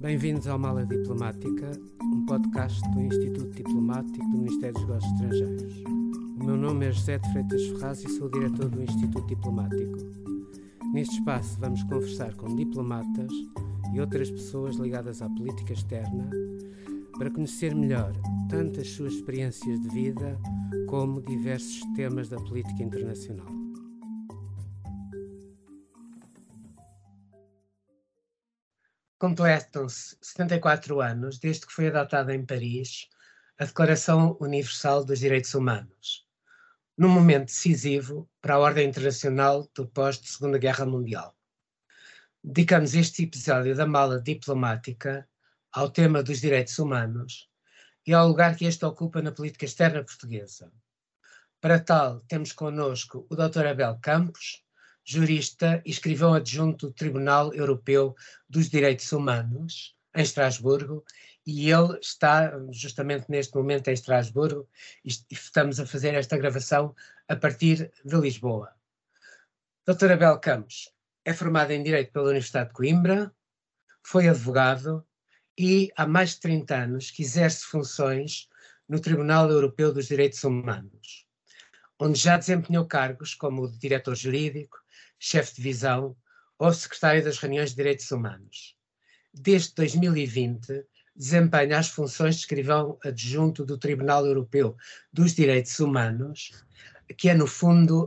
Bem-vindos ao Mala Diplomática, um podcast do Instituto Diplomático do Ministério dos Negócios Estrangeiros. O meu nome é José de Freitas Ferraz e sou o diretor do Instituto Diplomático. Neste espaço vamos conversar com diplomatas e outras pessoas ligadas à política externa para conhecer melhor tanto as suas experiências de vida como diversos temas da política internacional. Completam-se 74 anos desde que foi adotada em Paris a Declaração Universal dos Direitos Humanos, num momento decisivo para a ordem internacional do pós-Segunda Guerra Mundial. Dedicamos este episódio da Mala Diplomática ao tema dos direitos humanos e ao lugar que este ocupa na política externa portuguesa. Para tal, temos connosco o Dr. Abel Campos, jurista e escrivão adjunto do Tribunal Europeu dos Direitos Humanos, em Estrasburgo, e ele está justamente neste momento em Estrasburgo e estamos a fazer esta gravação a partir de Lisboa. Dr. Abel Campos é formado em Direito pela Universidade de Coimbra, foi advogado e há mais de 30 anos que exerce funções no Tribunal Europeu dos Direitos Humanos, onde já desempenhou cargos como o de diretor jurídico, chefe de divisão ou secretário das reuniões de direitos humanos. Desde 2020, desempenha as funções de escrivão adjunto do Tribunal Europeu dos Direitos Humanos, que é, no fundo,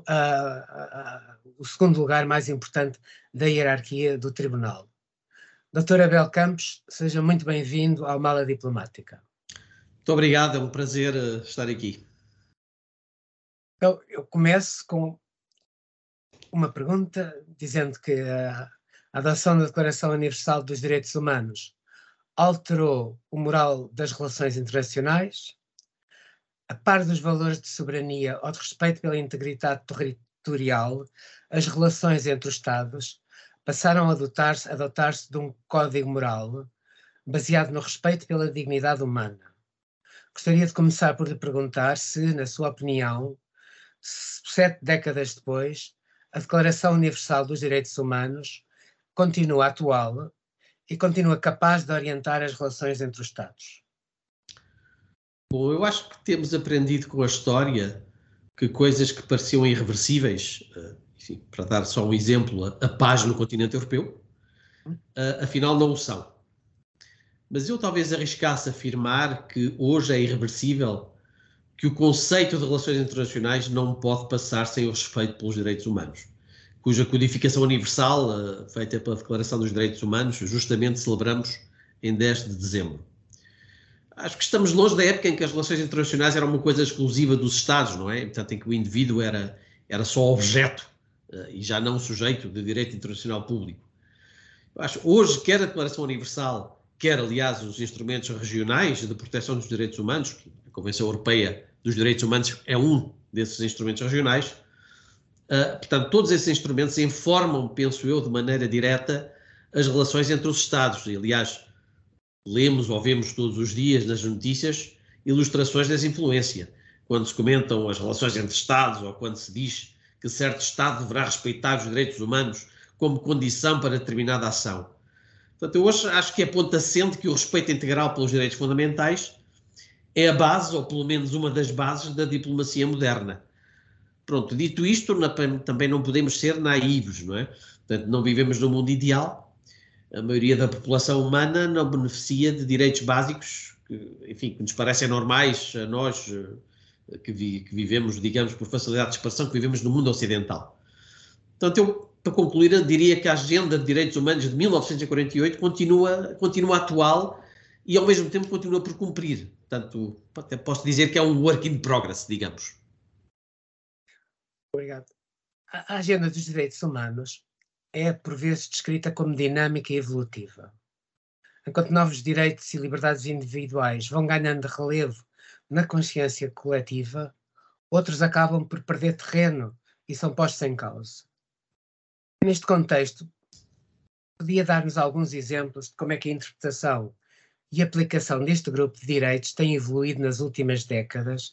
o segundo lugar mais importante da hierarquia do Tribunal. Dr. Abel Campos, seja muito bem-vindo ao Mala Diplomática. Muito obrigado, é um prazer estar aqui. Então, eu começo com uma pergunta, dizendo que a adoção da Declaração Universal dos Direitos Humanos alterou o moral das relações internacionais, a par dos valores de soberania ou de respeito pela integridade territorial, as relações entre os Estados passaram a adotar-se de um código moral baseado no respeito pela dignidade humana. Gostaria de começar por lhe perguntar se, na sua opinião, 7 décadas depois, a Declaração Universal dos Direitos Humanos continua atual e continua capaz de orientar as relações entre os Estados. Bom, eu acho que temos aprendido com a história que coisas que pareciam irreversíveis, enfim, para dar só um exemplo, a paz no continente europeu, afinal não o são. Mas eu talvez arriscasse afirmar que hoje é irreversível que o conceito de relações internacionais não pode passar sem o respeito pelos direitos humanos, cuja codificação universal, feita pela Declaração dos Direitos Humanos, justamente celebramos em 10 de dezembro. Acho que estamos longe da época em que as relações internacionais eram uma coisa exclusiva dos Estados, não é? Portanto, em que o indivíduo era só objeto e já não sujeito de direito internacional público. Eu acho que hoje, quer a Declaração Universal, quer, aliás, os instrumentos regionais de proteção dos direitos humanos, a Convenção Europeia dos Direitos Humanos é um desses instrumentos regionais, portanto, todos esses instrumentos informam, penso eu, de maneira direta as relações entre os Estados. E, aliás, lemos ou vemos todos os dias nas notícias ilustrações dessa influência, quando se comentam as relações entre Estados ou quando se diz que certo Estado deverá respeitar os direitos humanos como condição para determinada ação. Portanto, eu hoje acho que é ponto assente que o respeito integral pelos direitos fundamentais é a base, ou pelo menos uma das bases, da diplomacia moderna. Pronto, dito isto, também não podemos ser naivos, não é? Portanto, não vivemos num mundo ideal. A maioria da população humana não beneficia de direitos básicos que nos parecem normais a nós que vivemos, digamos, por facilidade de expressão, que vivemos no mundo ocidental. Portanto, eu, para concluir, eu diria que a Agenda de Direitos Humanos de 1948 continua atual e, ao mesmo tempo, continua por cumprir. Portanto, até posso dizer que é um work in progress, digamos. Obrigado. A Agenda dos Direitos Humanos é, por vezes, descrita como dinâmica e evolutiva. Enquanto novos direitos e liberdades individuais vão ganhando relevo na consciência coletiva, outros acabam por perder terreno e são postos em causa. Neste contexto, podia dar-nos alguns exemplos de como é que a interpretação e aplicação deste grupo de direitos tem evoluído nas últimas décadas,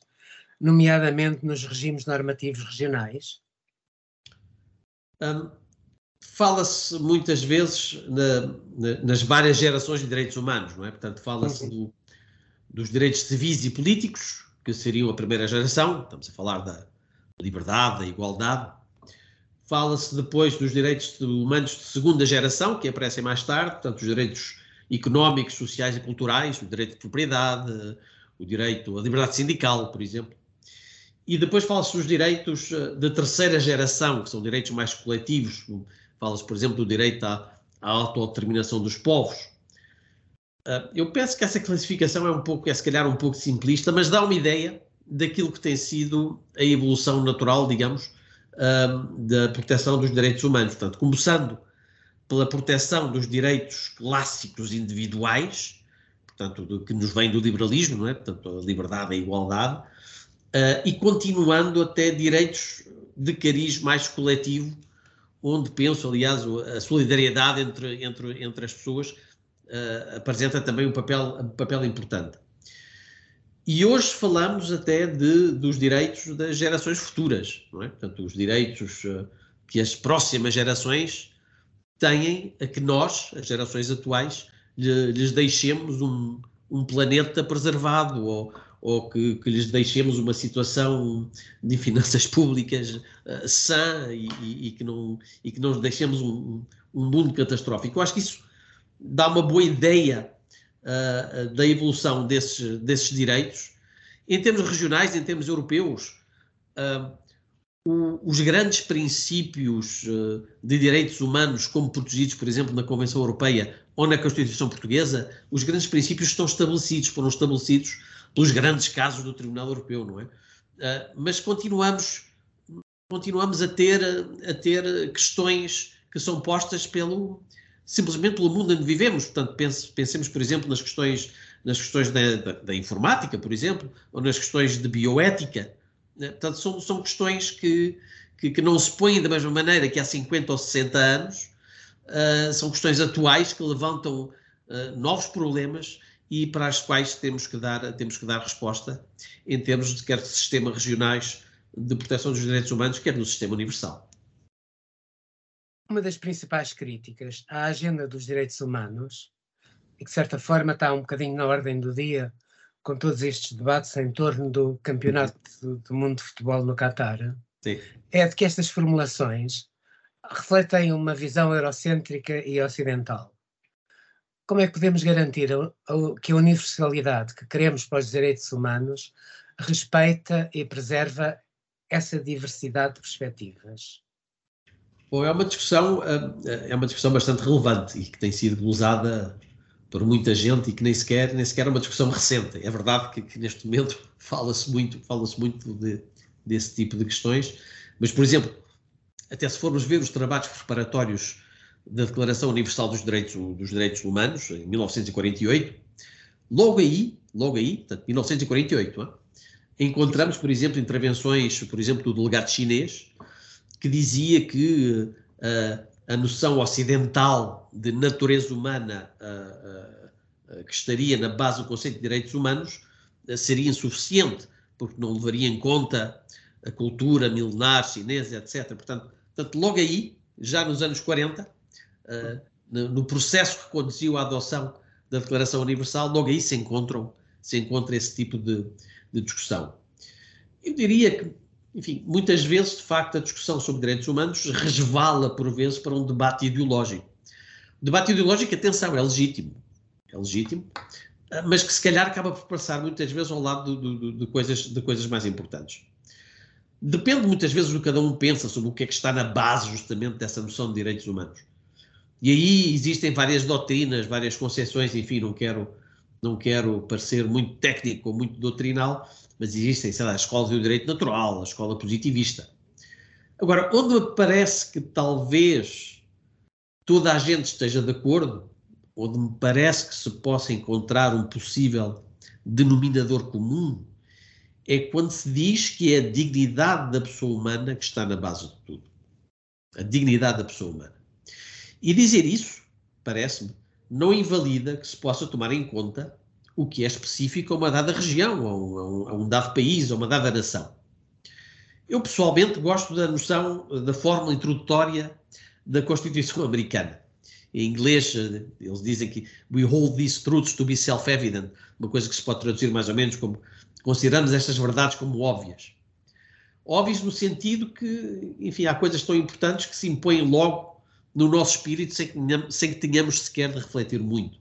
nomeadamente nos regimes normativos regionais? Fala-se muitas vezes nas várias gerações de direitos humanos, não é? Portanto, fala-se dos direitos civis e políticos, que seriam a primeira geração, estamos a falar da liberdade, da igualdade. Fala-se depois dos direitos humanos de segunda geração, que aparecem mais tarde, portanto, os direitos económicos, sociais e culturais, o direito de propriedade, o direito à liberdade sindical, por exemplo. E depois fala-se dos direitos de terceira geração, que são direitos mais coletivos. Fala-se, por exemplo, do direito à autodeterminação dos povos. Eu penso que essa classificação é se calhar um pouco simplista, mas dá uma ideia daquilo que tem sido a evolução natural, digamos, da proteção dos direitos humanos. Portanto, começando pela proteção dos direitos clássicos individuais, portanto, que nos vem do liberalismo, não é? Portanto, a liberdade, a igualdade, e continuando até direitos de cariz mais coletivo, onde penso, aliás, a solidariedade entre as pessoas apresenta também um papel importante. E hoje falamos até dos direitos das gerações futuras, não é? Portanto, os direitos que as próximas gerações têm a que nós, as gerações atuais, lhes deixemos um planeta preservado ou que lhes deixemos uma situação de finanças públicas sã e que não lhes deixemos um mundo catastrófico. Eu acho que isso dá uma boa ideia da evolução desses direitos. Em termos regionais, em termos europeus, os grandes princípios de direitos humanos, como protegidos, por exemplo, na Convenção Europeia ou na Constituição Portuguesa, os grandes princípios estão estabelecidos, foram estabelecidos pelos grandes casos do Tribunal Europeu, não é? Mas continuamos a ter questões que são postas simplesmente pelo mundo onde vivemos. Portanto, pensemos, por exemplo, nas questões da informática, por exemplo, ou nas questões de bioética. Portanto, são questões que não se põem da mesma maneira que há 50 ou 60 anos, são questões atuais que levantam novos problemas e para as quais temos que dar resposta em termos de quer de sistemas regionais de proteção dos direitos humanos, quer no sistema universal. Uma das principais críticas à agenda dos direitos humanos, e que de certa forma está um bocadinho na ordem do dia, com todos estes debates em torno do campeonato do mundo de futebol no Qatar, é de que estas formulações refletem uma visão eurocêntrica e ocidental. Como é que podemos garantir que a universalidade que queremos para os direitos humanos respeita e preserva essa diversidade de perspectivas? Bom, é uma discussão bastante relevante e que tem sido glosada por muita gente e que nem sequer é uma discussão recente. É verdade que neste momento fala-se muito desse tipo de questões, mas, por exemplo, até se formos ver os trabalhos preparatórios da Declaração Universal dos Direitos Humanos, em 1948, logo aí, portanto, 1948, encontramos, por exemplo, intervenções, por exemplo, do delegado chinês, que dizia que a noção ocidental de natureza humana que estaria na base do conceito de direitos humanos seria insuficiente, porque não levaria em conta a cultura milenar chinesa, etc. Portanto, logo aí, já nos anos 40, no processo que conduziu à adoção da Declaração Universal, logo aí se encontra esse tipo de discussão. Eu diria que, enfim, muitas vezes, de facto, a discussão sobre direitos humanos resvala, por vezes, para um debate ideológico. O debate ideológico, atenção, é legítimo, mas que se calhar acaba por passar muitas vezes ao lado de coisas mais importantes. Depende muitas vezes do que cada um pensa sobre o que é que está na base justamente dessa noção de direitos humanos. E aí existem várias doutrinas, várias concepções, enfim, não quero parecer muito técnico ou muito doutrinal, mas existem, sei lá, a escola do direito natural, a escola positivista. Agora, onde me parece que talvez toda a gente esteja de acordo, onde me parece que se possa encontrar um possível denominador comum, é quando se diz que é a dignidade da pessoa humana que está na base de tudo. A dignidade da pessoa humana. E dizer isso, parece-me, não invalida que se possa tomar em conta o que é específico a uma dada região, a um dado país, a uma dada nação. Eu, pessoalmente, gosto da noção, da fórmula introdutória da Constituição Americana. Em inglês, eles dizem que we hold these truths to be self-evident, uma coisa que se pode traduzir mais ou menos como consideramos estas verdades como óbvias. Óbvias no sentido que, enfim, há coisas tão importantes que se impõem logo no nosso espírito sem que tenhamos sequer de refletir muito.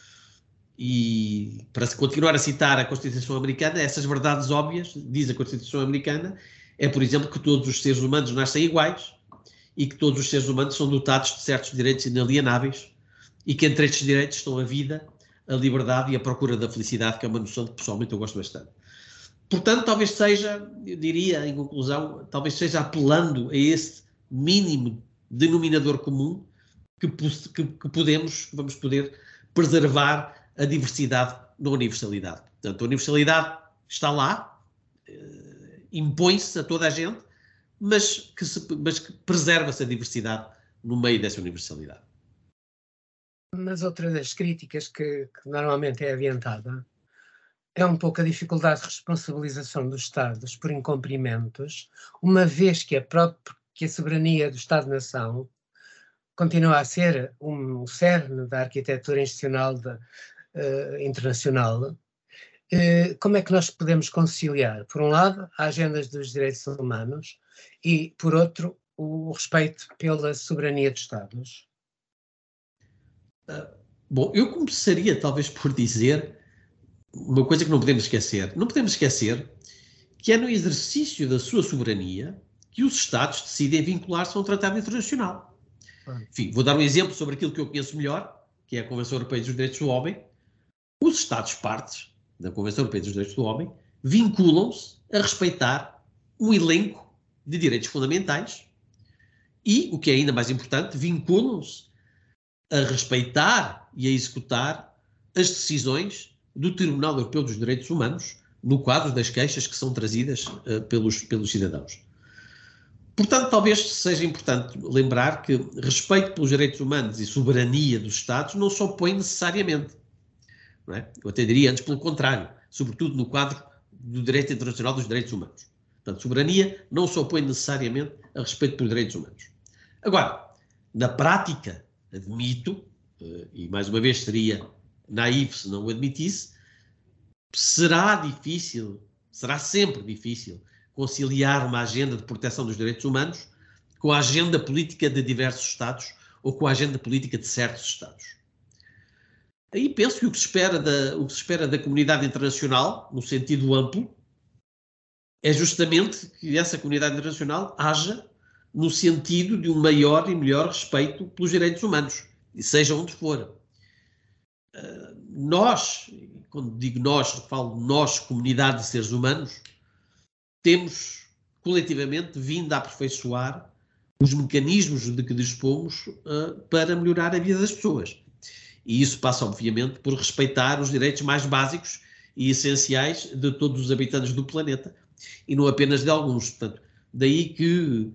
E para continuar a citar a Constituição Americana, essas verdades óbvias, diz a Constituição Americana, é, por exemplo, que todos os seres humanos nascem iguais e que todos os seres humanos são dotados de certos direitos inalienáveis e que entre estes direitos estão a vida, a liberdade e a procura da felicidade, que é uma noção que pessoalmente eu gosto bastante. Portanto, talvez seja, eu diria em conclusão, talvez seja apelando a esse mínimo denominador comum que vamos poder preservar a diversidade na universalidade. Portanto, a universalidade está lá, impõe-se a toda a gente, mas que preserva-se a diversidade no meio dessa universalidade. Mas outra das críticas que normalmente é aventada é um pouco a dificuldade de responsabilização dos Estados por incumprimentos, uma vez que a soberania do Estado-nação continua a ser um cerne da arquitetura institucional internacional. Como é que nós podemos conciliar, por um lado, as agendas dos direitos humanos e, por outro, o respeito pela soberania dos Estados? Bom, eu começaria talvez por dizer uma coisa que não podemos esquecer. Não podemos esquecer que é no exercício da sua soberania que os Estados decidem vincular-se a um tratado internacional. Enfim, vou dar um exemplo sobre aquilo que eu conheço melhor, que é a Convenção Europeia dos Direitos do Homem. Os Estados-partes da Convenção Europeia dos Direitos do Homem vinculam-se a respeitar um elenco de direitos fundamentais e, o que é ainda mais importante, vinculam-se a respeitar e a executar as decisões do Tribunal Europeu dos Direitos Humanos no quadro das queixas que são trazidas pelos cidadãos. Portanto, talvez seja importante lembrar que respeito pelos direitos humanos e soberania dos Estados não se opõe necessariamente. Não é? Eu até diria antes pelo contrário, sobretudo no quadro do direito internacional dos direitos humanos. Portanto, soberania não se opõe necessariamente a respeito pelos direitos humanos. Agora, na prática, admito, e mais uma vez seria naivo se não o admitisse, será sempre difícil conciliar uma agenda de proteção dos direitos humanos com a agenda política de diversos Estados ou com a agenda política de certos Estados. Aí penso que o que se espera da comunidade internacional, no sentido amplo, é justamente que essa comunidade internacional haja no sentido de um maior e melhor respeito pelos direitos humanos, e seja onde for. Nós, quando digo nós, falo nós, comunidade de seres humanos, temos coletivamente vindo a aperfeiçoar os mecanismos de que dispomos para melhorar a vida das pessoas. E isso passa, obviamente, por respeitar os direitos mais básicos e essenciais de todos os habitantes do planeta, e não apenas de alguns. Portanto, daí que,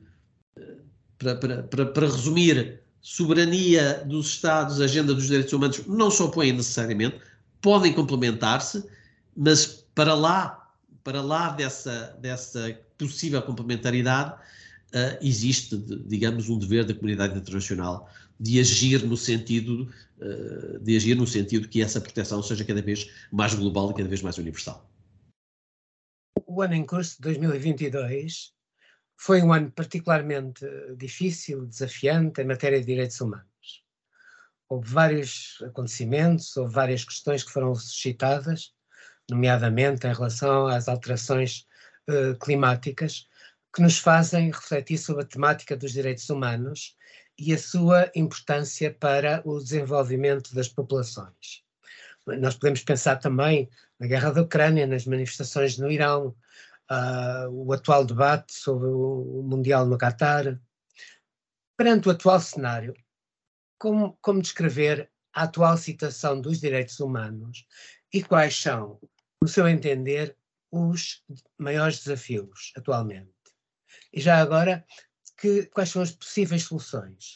para resumir, soberania dos Estados, agenda dos direitos humanos não se opõem necessariamente, podem complementar-se, mas para lá dessa possível complementaridade, existe, digamos, um dever da comunidade internacional de agir no sentido que essa proteção seja cada vez mais global e cada vez mais universal. O ano em curso de 2022 foi um ano particularmente difícil, desafiante em matéria de direitos humanos. Houve vários acontecimentos, houve várias questões que foram suscitadas, nomeadamente em relação às alterações climáticas, que nos fazem refletir sobre a temática dos direitos humanos e a sua importância para o desenvolvimento das populações. Nós podemos pensar também na guerra da Ucrânia, nas manifestações no Irão, o atual debate sobre o Mundial no Catar. Perante o atual cenário, como descrever a atual situação dos direitos humanos e quais são, no seu entender, os maiores desafios atualmente? E já agora, quais são as possíveis soluções?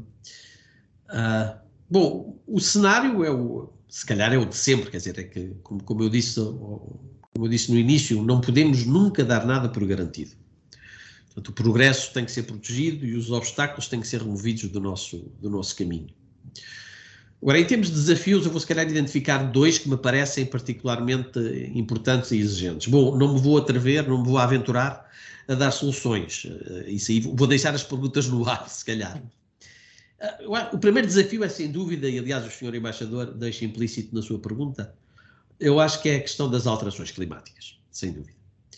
Bom, o cenário se calhar é o de sempre, quer dizer, é que, como eu disse no início, não podemos nunca dar nada por garantido. Portanto, o progresso tem que ser protegido e os obstáculos têm que ser removidos do nosso caminho. Agora, em termos de desafios, eu vou se calhar identificar 2 que me parecem particularmente importantes e exigentes. Bom, não me vou atrever, não me vou aventurar a dar soluções. Isso aí, vou deixar as perguntas no ar, se calhar. O primeiro desafio é, sem dúvida, e aliás o Sr. Embaixador deixa implícito na sua pergunta, eu acho que é a questão das alterações climáticas, sem dúvida.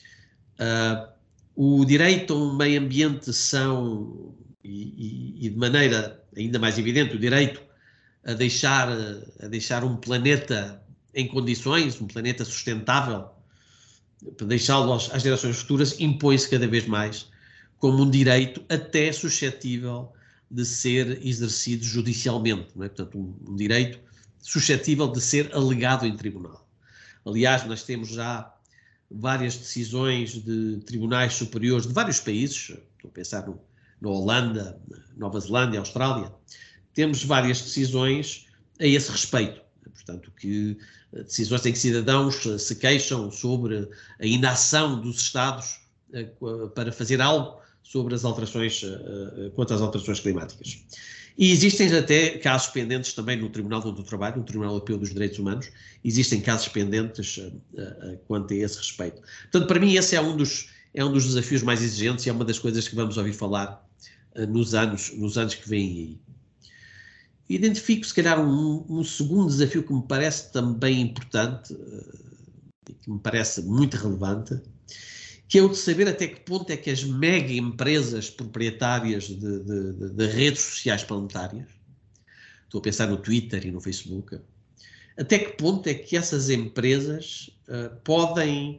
O direito a um meio ambiente são, e de maneira ainda mais evidente, o direito a deixar um planeta em condições, um planeta sustentável, para deixá-lo às gerações futuras, impõe-se cada vez mais como um direito até suscetível de ser exercido judicialmente, não é? Portanto, um direito suscetível de ser alegado em tribunal. Aliás, nós temos já várias decisões de tribunais superiores de vários países, estou a pensar na Holanda, Nova Zelândia, Austrália, temos várias decisões a esse respeito. Portanto, que decisões em que cidadãos se queixam sobre a inação dos Estados para fazer algo sobre as alterações, quanto às alterações climáticas. E existem até casos pendentes também no Tribunal do Trabalho, no Tribunal Europeu dos Direitos Humanos, existem casos pendentes quanto a esse respeito. Portanto, para mim esse é um dos desafios mais exigentes e é uma das coisas que vamos ouvir falar nos anos que vêm aí. Identifico, se calhar, um segundo desafio que me parece também importante, que me parece muito relevante, que é o de saber até que ponto é que as mega empresas proprietárias de redes sociais planetárias, estou a pensar no Twitter e no Facebook, até que ponto é que essas empresas podem,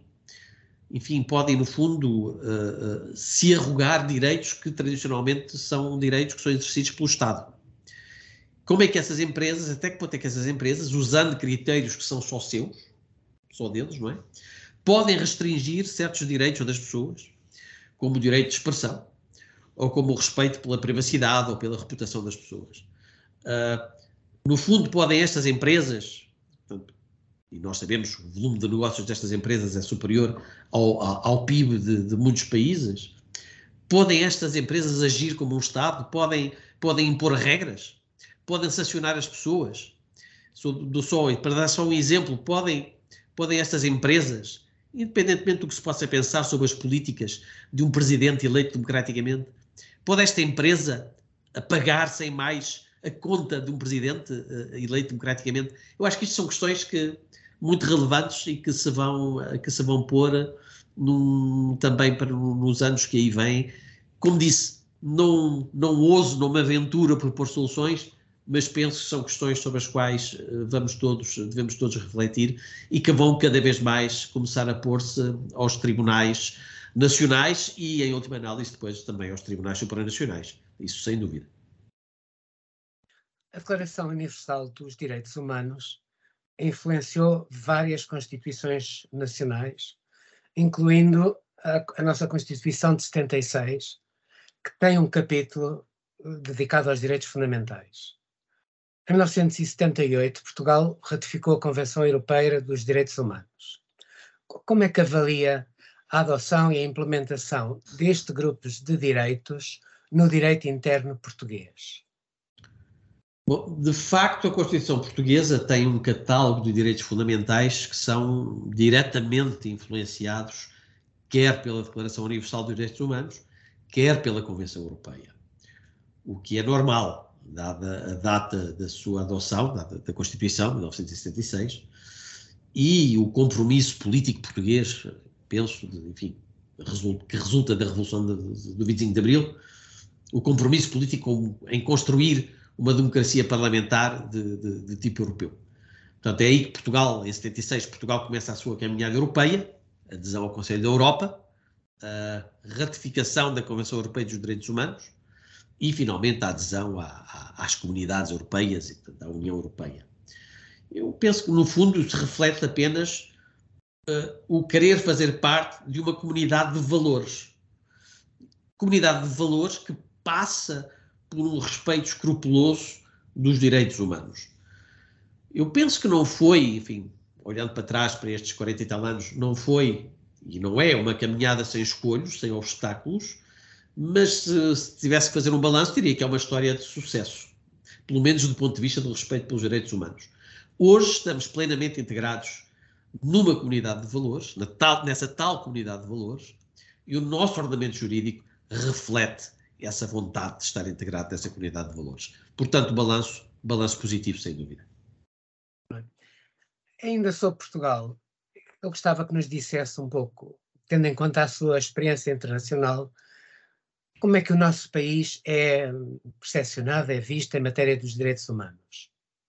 no fundo, se arrogar direitos que tradicionalmente são direitos que são exercidos pelo Estado. Como é que essas empresas, até que ponto é que essas empresas, usando critérios que são só seus, só deles, não é? Podem restringir certos direitos das pessoas, como o direito de expressão, ou como o respeito pela privacidade ou pela reputação das pessoas. No fundo, podem estas empresas, portanto, e nós sabemos que o volume de negócios destas empresas é superior ao PIB de muitos países, podem estas empresas agir como um Estado, podem impor regras, podem sancionar as pessoas. Para dar só um exemplo, podem estas empresas, independentemente do que se possa pensar sobre as políticas de um presidente eleito democraticamente, pode esta empresa pagar sem mais a conta de um presidente eleito democraticamente? Eu acho que isto são questões muito relevantes e que se vão pôr também nos anos que aí vêm. Como disse, não me aventuro a propor soluções, mas penso que são questões sobre as quais devemos todos refletir e que vão cada vez mais começar a pôr-se aos tribunais nacionais e, em última análise, depois também aos tribunais supranacionais. Isso sem dúvida. A Declaração Universal dos Direitos Humanos influenciou várias constituições nacionais, incluindo a nossa Constituição de 76, que tem um capítulo dedicado aos direitos fundamentais. Em 1978, Portugal ratificou a Convenção Europeia dos Direitos Humanos. Como é que avalia a adoção e a implementação destes grupos de direitos no direito interno português? Bom, de facto, a Constituição Portuguesa tem um catálogo de direitos fundamentais que são diretamente influenciados quer pela Declaração Universal dos Direitos Humanos, quer pela Convenção Europeia. O que é normal, dada a data da sua adoção, da Constituição, de 1976, e o compromisso político português, penso, que resulta da Revolução do 25 de Abril, o compromisso político em construir uma democracia parlamentar de tipo europeu. Portanto, é aí que Portugal, em 76, Portugal começa a sua caminhada europeia, adesão ao Conselho da Europa, a ratificação da Convenção Europeia dos Direitos Humanos e, finalmente, a adesão às comunidades europeias e, portanto, à União Europeia. Eu penso que, no fundo, se reflete apenas o querer fazer parte de uma comunidade de valores. Comunidade de valores que passa por um respeito escrupuloso dos direitos humanos. Eu penso que não foi, olhando para trás para estes 40 e tal anos, não foi e não é uma caminhada sem escolhos, sem obstáculos, mas se tivesse que fazer um balanço, diria que é uma história de sucesso, pelo menos do ponto de vista do respeito pelos direitos humanos. Hoje estamos plenamente integrados numa comunidade de valores, nessa tal comunidade de valores, e o nosso ordenamento jurídico reflete essa vontade de estar integrado nessa comunidade de valores. Portanto, balanço positivo, sem dúvida. Ainda sobre Portugal, eu gostava que nos dissesse um pouco, tendo em conta a sua experiência internacional, como é que o nosso país é percepcionado, é visto em matéria dos direitos humanos?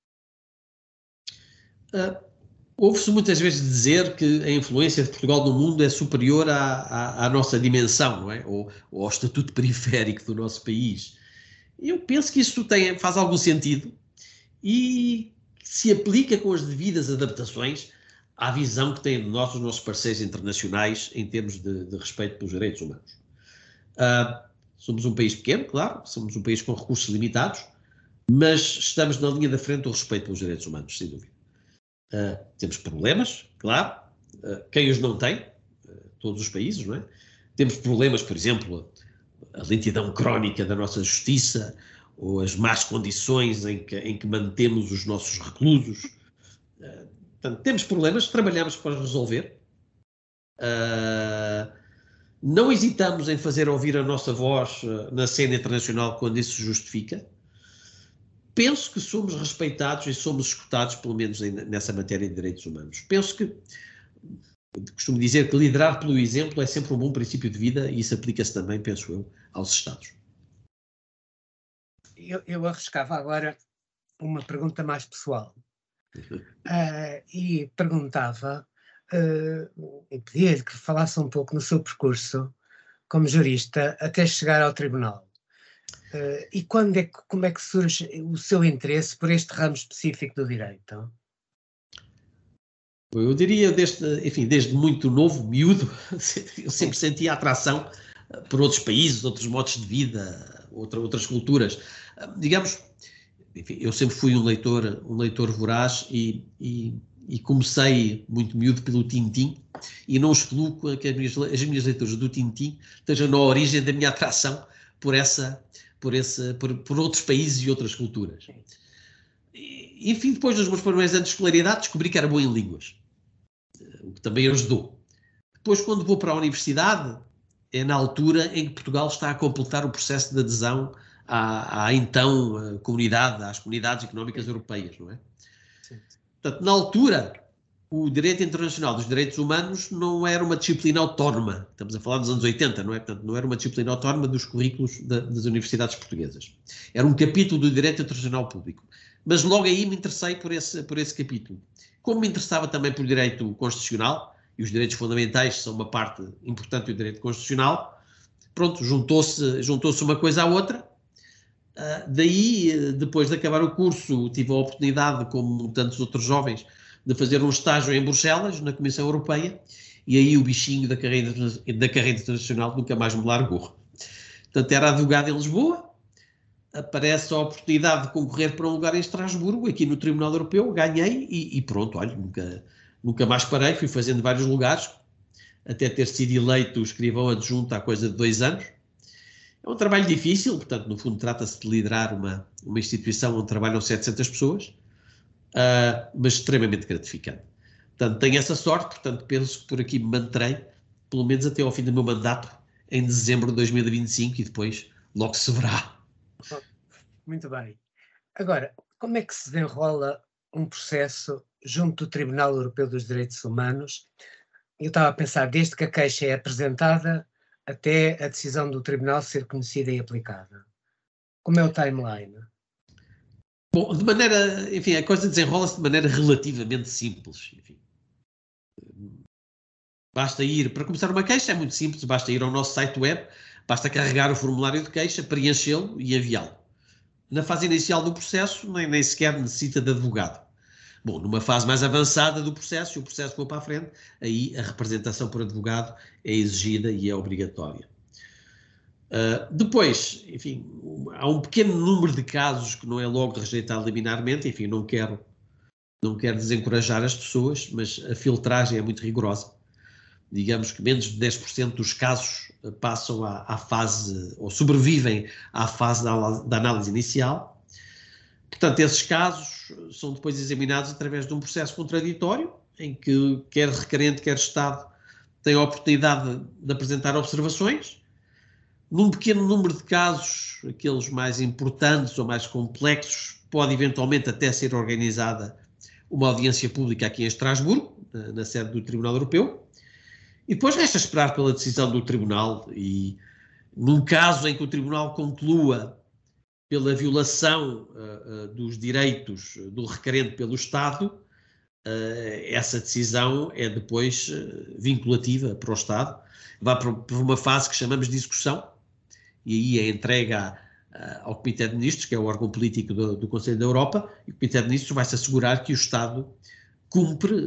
Ouve-se muitas vezes dizer que a influência de Portugal no mundo é superior à nossa dimensão, não é? Ou ao estatuto periférico do nosso país. Eu penso que isso faz algum sentido e se aplica com as devidas adaptações à visão que têm de nós os nossos parceiros internacionais em termos de respeito pelos direitos humanos. Somos um país pequeno, claro, somos um país com recursos limitados, mas estamos na linha da frente do respeito pelos direitos humanos, sem dúvida. Temos problemas, claro, quem os não tem, todos os países, não é? Temos problemas, por exemplo, a lentidão crónica da nossa justiça ou as más condições em que mantemos os nossos reclusos. Portanto, temos problemas, trabalhamos para resolver. Não hesitamos em fazer ouvir a nossa voz na cena internacional quando isso se justifica. Penso que somos respeitados e somos escutados, pelo menos nessa matéria de direitos humanos. Penso que, costumo dizer que liderar pelo exemplo é sempre um bom princípio de vida e isso aplica-se também, penso eu, aos Estados. Eu arriscava agora uma pergunta mais pessoal e perguntava, e pedia-lhe que falasse um pouco no seu percurso como jurista até chegar ao tribunal. E como é que surge o seu interesse por este ramo específico do direito? Eu diria, desde muito novo, miúdo, eu sempre senti a atração por outros países, outros modos de vida, outras culturas. Digamos, enfim, eu sempre fui um leitor voraz e comecei muito miúdo pelo Tintim e não excluo que as minhas leituras do Tintim estejam na origem da minha atração por outros países e outras culturas. E, enfim, depois dos meus primeiros anos de escolaridade, descobri que era bom em línguas, o que também ajudou. Depois, quando vou para a universidade, é na altura em que Portugal está a completar o processo de adesão à então comunidade, às comunidades económicas europeias, não é? Sim. Portanto, na altura, o direito internacional dos direitos humanos não era uma disciplina autónoma. Estamos a falar dos anos 80, não é? Portanto, não era uma disciplina autónoma dos currículos das universidades portuguesas. Era um capítulo do direito internacional público. Mas logo aí me interessei por esse capítulo. Como me interessava também por direito constitucional, e os direitos fundamentais são uma parte importante do direito constitucional, pronto, juntou-se uma coisa à outra. Daí, depois de acabar o curso, tive a oportunidade, como tantos outros jovens, de fazer um estágio em Bruxelas, na Comissão Europeia, e aí o bichinho da carreira internacional nunca mais me largou. Portanto, era advogado em Lisboa, aparece a oportunidade de concorrer para um lugar em Estrasburgo, aqui no Tribunal Europeu, ganhei e pronto, olha, nunca mais parei, fui fazendo vários lugares, até ter sido eleito escrivão adjunto há coisa de 2 anos. É um trabalho difícil, portanto, no fundo trata-se de liderar uma instituição onde trabalham 700 pessoas, mas extremamente gratificante. Portanto, tenho essa sorte, portanto, penso que por aqui me manterei, pelo menos até ao fim do meu mandato, em dezembro de 2025 e depois logo se verá. Muito bem. Agora, como é que se desenrola um processo junto do Tribunal Europeu dos Direitos Humanos? Eu estava a pensar, desde que a queixa é apresentada até a decisão do Tribunal ser conhecida e aplicada. Como é o timeline? Bom, enfim, a coisa desenrola-se de maneira relativamente simples. Enfim. Basta ir, para começar uma queixa é muito simples, basta ir ao nosso site web, basta carregar o formulário de queixa, preenchê-lo e enviá-lo. Na fase inicial do processo, nem sequer necessita de advogado. Bom, numa fase mais avançada do processo, se o processo for para a frente, aí a representação por advogado é exigida e é obrigatória. Depois, enfim, há um pequeno número de casos que não é logo rejeitado liminarmente, enfim, não quero desencorajar as pessoas, mas a filtragem é muito rigorosa. Digamos que menos de 10% dos casos passam à fase, ou sobrevivem à fase da análise inicial. Portanto, esses casos são depois examinados através de um processo contraditório, em que quer requerente, quer Estado tem a oportunidade de apresentar observações. Num pequeno número de casos, aqueles mais importantes ou mais complexos, pode eventualmente até ser organizada uma audiência pública aqui em Estrasburgo, na sede do Tribunal Europeu, e depois resta esperar pela decisão do Tribunal e, num caso em que o Tribunal conclua pela violação dos direitos do requerente pelo Estado, essa decisão é depois vinculativa para o Estado, vai por uma fase que chamamos de discussão, e aí é entregue ao Comitê de Ministros, que é o órgão político do Conselho da Europa, e o Comitê de Ministros vai-se assegurar que o Estado cumpre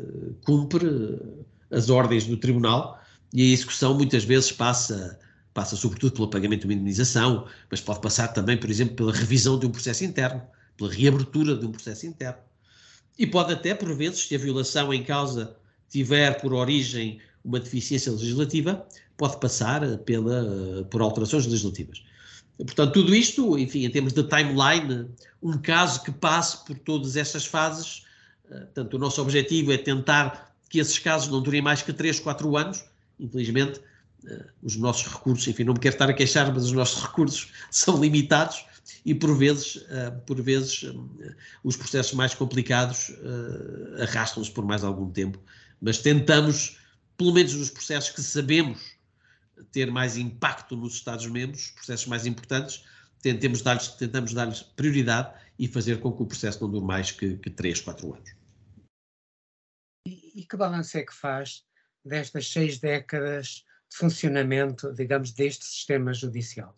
as ordens do Tribunal, e a execução muitas vezes passa sobretudo pelo pagamento de uma indemnização, mas pode passar também, por exemplo, pela revisão de um processo interno, pela reabertura de um processo interno. E pode até, por vezes, se a violação em causa tiver por origem uma deficiência legislativa, pode passar por alterações legislativas. Portanto, tudo isto, enfim, em termos de timeline, um caso que passe por todas estas fases. Portanto, o nosso objetivo é tentar que esses casos não durem mais que 3, 4 anos. Infelizmente, os nossos recursos, enfim, não me quero estar a queixar, mas os nossos recursos são limitados e, por vezes os processos mais complicados arrastam-se por mais algum tempo. Mas tentamos, pelo menos nos processos que sabemos ter mais impacto nos Estados-membros, processos mais importantes, tentamos dar-lhes prioridade e fazer com que o processo não dure mais que 3, 4 anos. E que balanço é que faz destas 6 décadas de funcionamento, digamos, deste sistema judicial?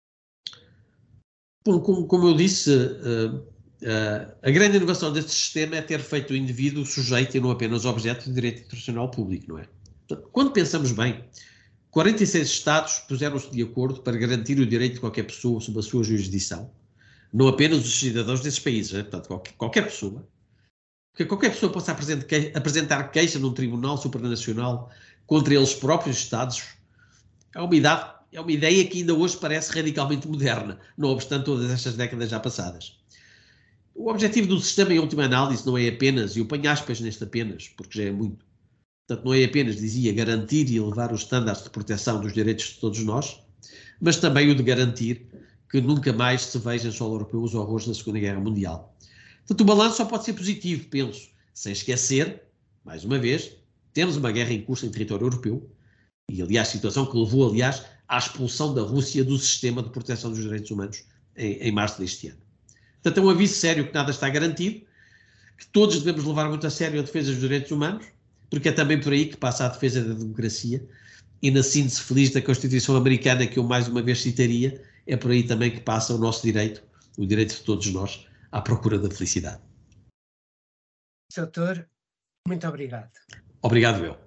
Como eu disse, a grande inovação deste sistema é ter feito o indivíduo sujeito e não apenas objeto de direito internacional público, não é? Quando pensamos bem, 46 Estados puseram-se de acordo para garantir o direito de qualquer pessoa sob a sua jurisdição, não apenas os cidadãos desses países, né? Portanto, qualquer pessoa, que qualquer pessoa possa apresentar queixa num tribunal supranacional contra eles próprios Estados, é uma ideia que ainda hoje parece radicalmente moderna, não obstante todas estas décadas já passadas. O objetivo do sistema, em última análise, não é apenas, e eu ponho aspas neste apenas, porque já é muito, portanto, não é apenas, dizia, garantir e elevar os estándares de proteção dos direitos de todos nós, mas também o de garantir que nunca mais se veja em solo europeu os horrores da Segunda Guerra Mundial. Portanto, o balanço só pode ser positivo, penso, sem esquecer, mais uma vez, temos uma guerra em curso em território europeu, e, aliás, situação que levou, aliás, à expulsão da Rússia do sistema de proteção dos direitos humanos em março deste ano. Portanto, é um aviso sério que nada está garantido, que todos devemos levar muito a sério a defesa dos direitos humanos, porque é também por aí que passa a defesa da democracia, e na síntese feliz da Constituição Americana, que eu mais uma vez citaria, é por aí também que passa o nosso direito, o direito de todos nós, à procura da felicidade. Doutor, muito obrigado. Obrigado, eu.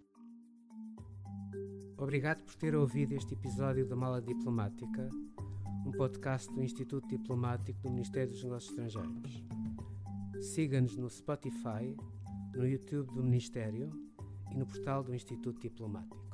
Obrigado por ter ouvido este episódio da Mala Diplomática, um podcast do Instituto Diplomático do Ministério dos Negócios Estrangeiros. Siga-nos no Spotify, no YouTube do Ministério e no portal do Instituto Diplomático.